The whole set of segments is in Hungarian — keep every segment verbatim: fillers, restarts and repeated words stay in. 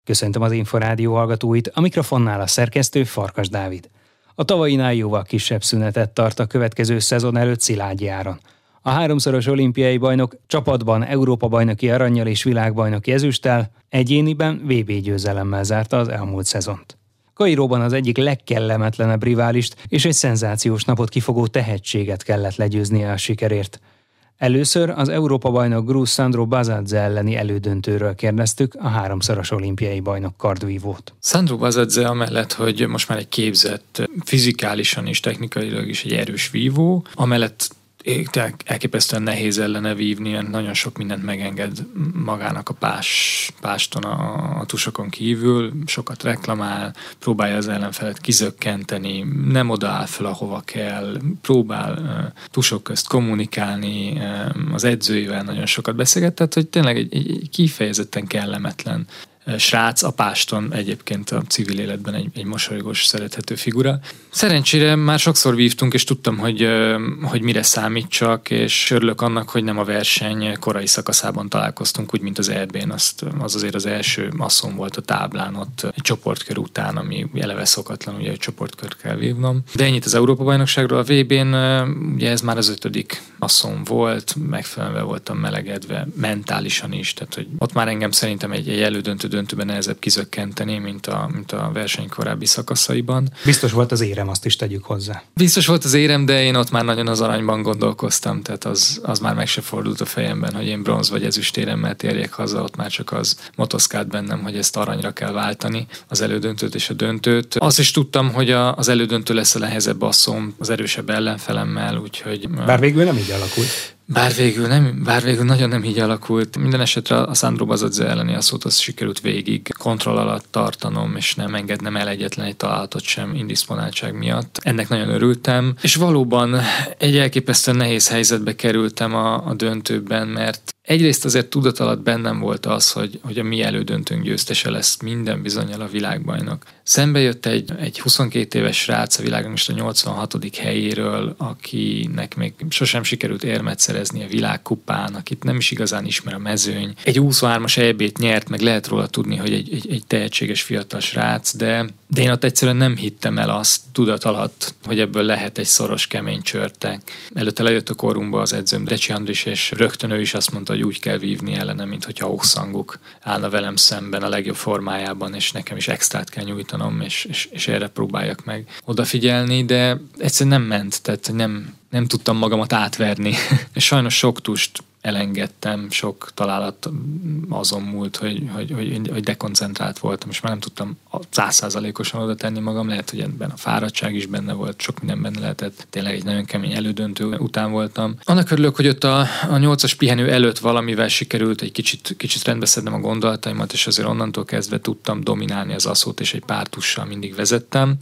Köszöntöm az Inforádió hallgatóit, a mikrofonnál a szerkesztő Farkas Dávid. A tavainál jóval kisebb szünetet tart a következő szezon előtt Szilágyi Áron. A háromszoros olimpiai bajnok csapatban Európa-bajnoki arannyal és világbajnoki ezüsttel, egyéniben vé bé győzelemmel zárta az elmúlt szezont. Kairóban az egyik legkellemetlenebb riválist és egy szenzációs napot kifogó tehetséget kellett legyőznie a sikerért. Először az Európa-bajnok grúz Sandro Bazadze elleni elődöntőről kérdeztük a háromszoros olimpiai bajnok kardvívót. Sandro Bazadze amellett, hogy most már egy képzett, fizikálisan és technikailag is egy erős vívó, amellett elképesztően nehéz ellene vívni, nagyon sok mindent megenged magának a pás, páston a, a tusokon kívül, sokat reklamál, próbálja az ellenfelet kizökkenteni, nem odaáll fel, ahova kell, próbál uh, tusok közt kommunikálni, uh, az edzőivel nagyon sokat beszélget, tehát hogy tényleg egy, egy kifejezetten kellemetlen srác, a páston egyébként a civil életben egy, egy mosolygós, szerethető figura. Szerencsére már sokszor vívtunk, és tudtam, hogy, hogy mire számítsak, és örülök annak, hogy nem a verseny korai szakaszában találkoztunk, úgy, mint az é bén. Azt, az azért az első asszon volt a táblán ott egy csoportkör után, ami eleve szokatlan, ugye egy csoportkört kell vívnom. De ennyit az Európa-bajnokságról. A vé bén ugye ez már az ötödik asszon volt, megfelelően voltam melegedve, mentálisan is, tehát hogy ott már engem szerintem egy, egy elődöntő döntőben nehezebb kizökkenteni, mint a, mint a verseny korábbi szakaszaiban. Biztos volt az érem, azt is tegyük hozzá. Biztos volt az érem, de én ott már nagyon az aranyban gondolkoztam, tehát az, az már meg se fordult a fejemben, hogy én bronz vagy ezüstéremmel térjek haza, ott már csak az motoszkált bennem, hogy ezt aranyra kell váltani, az elődöntőt és a döntőt. Azt is tudtam, hogy a, az elődöntő lesz a nehezebb asszom, az erősebb ellenfelemmel, úgyhogy... Bár végül nem így alakult. Bár végül, nem, bár végül nagyon nem így alakult. Minden esetre a Sandro Bazadze elleni asszót az sikerült végig kontroll alatt tartanom, és nem engednem el egyetlen egy találatot sem indisponáltság miatt. Ennek nagyon örültem, és valóban egy elképesztően nehéz helyzetbe kerültem a, a döntőben, mert egyrészt azért tudat alatt bennem volt az, hogy, hogy a mi elődöntőnk győztese lesz minden bizonnyal a világbajnok. Szembe jött egy, egy huszonkét éves srác a világon most a nyolcvanhatodik helyéről, akinek még sosem sikerült érmet szerezni a világkupán, akit nem is igazán ismer a mezőny. Egy huszonhármas é bét nyert, meg lehet róla tudni, hogy egy, egy, egy tehetséges fiatal srác, de, de én ott egyszerűen nem hittem el azt tudat alatt, hogy ebből lehet egy szoros, kemény csörtek. Előtte lejött a korunkba az edzőm, Decsi Andris, és rögtön ő is azt mondta, hogy úgy kell vívni ellene, mint hogyha Okszanguk állna velem szemben a legjobb formájában, és nekem is extrát kell nyújtanom, és, és, és erre próbáljak meg odafigyelni, de egyszerűen nem ment, tehát nem, nem tudtam magamat átverni. És sajnos sok tust elengedtem, sok találat azon múlt, hogy, hogy, hogy, hogy dekoncentrált voltam, és már nem tudtam száz százalékosan oda tenni magam, lehet, hogy ebben a fáradtság is benne volt, sok minden benne lehetett, tényleg egy nagyon kemény elődöntő után voltam. Annak örülök, hogy ott a, a nyolcas pihenő előtt valamivel sikerült egy kicsit, kicsit rendbeszednem a gondolataimat, és azért onnantól kezdve tudtam dominálni az asszót, és egy pár tussal mindig vezettem,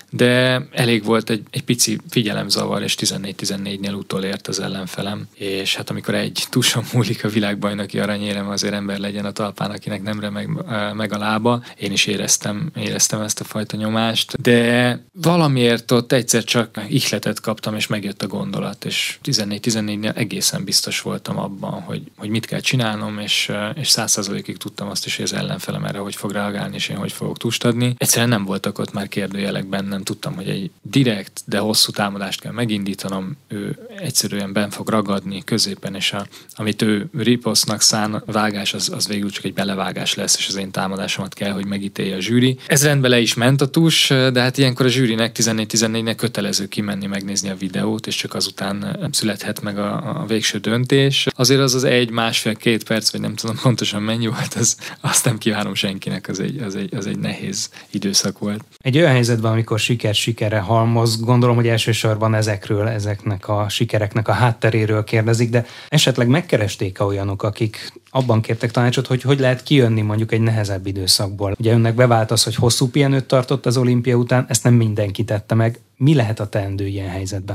de elég volt egy, egy pici figyelemzavar, és tizennégy tizennégynél utolért az ellenfelem, és hát amikor egy tuson múlik a világbajnoki aranyérem, azért ember legyen a talpán, akinek nem remeg meg a lába. Én is éreztem, éreztem ezt a fajta nyomást, de valamiért ott egyszer csak ihletet kaptam, és megjött a gondolat, és tizennégy tizennégynél egészen biztos voltam abban, hogy, hogy mit kell csinálnom, és, és száz százalékig tudtam azt is, hogy az ellenfelem erre hogy fog reagálni, és én hogy fogok tust adni. Egyszerűen nem voltak ott már kérdőjelek bennem, tudtam, hogy egy direkt, de hosszú támadást kell megindítanom, ő egyszerűen benn fog ragadni középen, és a amit ő riposztnak szán, vágás, az, az végül csak egy belevágás lesz, és az én támadásomat kell, hogy megítélje a zsűri. Ez rendben le is ment a tus, de hát ilyenkor a zsűrinek tizennégy tizennégynek kötelező kimenni, megnézni a videót, és csak azután születhet meg a, a végső döntés. Azért az az egy, másfél, két perc, vagy nem tudom pontosan mennyi volt, az, azt nem kívánom senkinek, az egy, az, egy, az egy nehéz időszak volt. Egy olyan helyzetben, amikor siker sikerre halmoz, gondolom, hogy elsősorban ezekről, ezeknek a sikereknek a hátteréről kérdezik, de esetleg megkeresték-e olyanok, akik abban kértek tanácsot, hogy hogy lehet kijönni mondjuk egy nehezebb időszakból? Ugye önnek bevált az, hogy hosszú pihenőt tartott az olimpia után, ezt nem mindenki tette meg. Mi lehet a teendő ilyen helyzetben?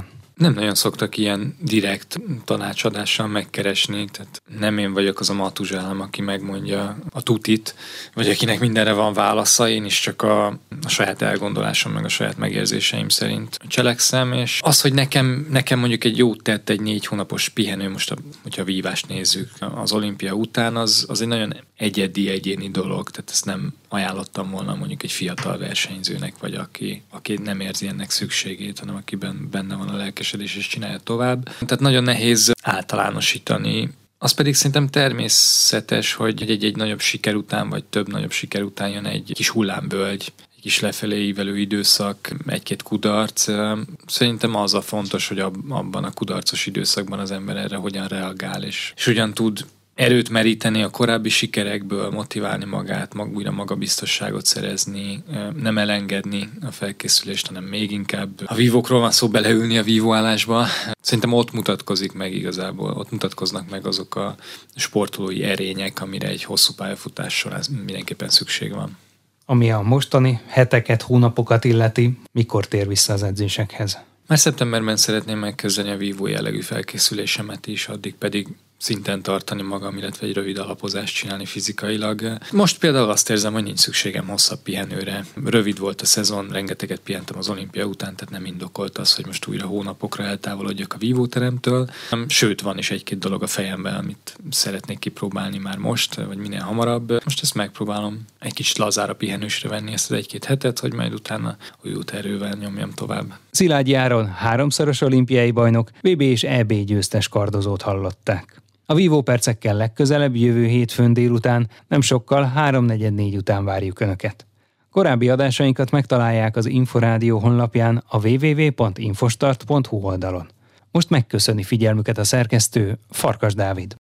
Nem nagyon szoktak ilyen direkt tanácsadással megkeresni, tehát nem én vagyok az a matuzsállam, aki megmondja a tutit, vagy akinek mindenre van válasza, én is csak a, a saját elgondolásom, meg a saját megérzéseim szerint cselekszem, és az, hogy nekem, nekem mondjuk egy jót tett egy négy hónapos pihenő, most a, hogyha a vívást nézzük az olimpia után, az, az egy nagyon egyedi, egyéni dolog, tehát ezt nem ajánlottam volna mondjuk egy fiatal versenyzőnek, vagy aki, aki nem érzi ennek szükségét, hanem akiben benne van a lelkesedés és csinálja tovább. Tehát nagyon nehéz általánosítani. Az pedig szerintem természetes, hogy egy-egy nagyobb siker után, vagy több nagyobb siker után jön egy kis hullámvölgy, egy kis lefelé ívelő időszak, egy-két kudarc. Szerintem az a fontos, hogy abban a kudarcos időszakban az ember erre hogyan reagál, és, és hogyan tud erőt meríteni a korábbi sikerekből, motiválni magát, mag, újra magabiztosságot szerezni, nem elengedni a felkészülést, hanem még inkább a vívókról van szó, beleülni a vívóállásba. Szerintem ott mutatkozik meg igazából, ott mutatkoznak meg azok a sportolói erények, amire egy hosszú pályafutás során mindenképpen szükség van. Ami a mostani heteket, hónapokat illeti, mikor tér vissza az edzésekhez? Már szeptemberben szeretném megkezdeni a vívó jellegű felkészülésemet is, addig pedig szinten tartani magam, illetve egy rövid alapozást csinálni fizikailag. Most például azt érzem, hogy nincs szükségem hosszabb pihenőre. Rövid volt a szezon, rengeteget pihentem az olimpia után, tehát nem indokolt az, hogy most újra hónapokra eltávolodjak a vívóteremtől. Sőt, van is egy-két dolog a fejemben, amit szeretnék kipróbálni már most, vagy minél hamarabb. Most ezt megpróbálom egy kicsit lazára pihenősre venni ezt az egy-két hetet, hogy majd utána újult erővel nyomjam tovább. Szilágyi Áron háromszoros olimpiai bajnok, vé bé és é bé győztes kardozót hallották. A vívó percekkel legközelebb jövő hétfőn délután, nem sokkal háromnegyed négy után várjuk Önöket. Korábbi adásainkat megtalálják az Inforádió honlapján a double-u double-u double-u pont infostart pont hu oldalon. Most megköszöni figyelmüket a szerkesztő, Farkas Dávid.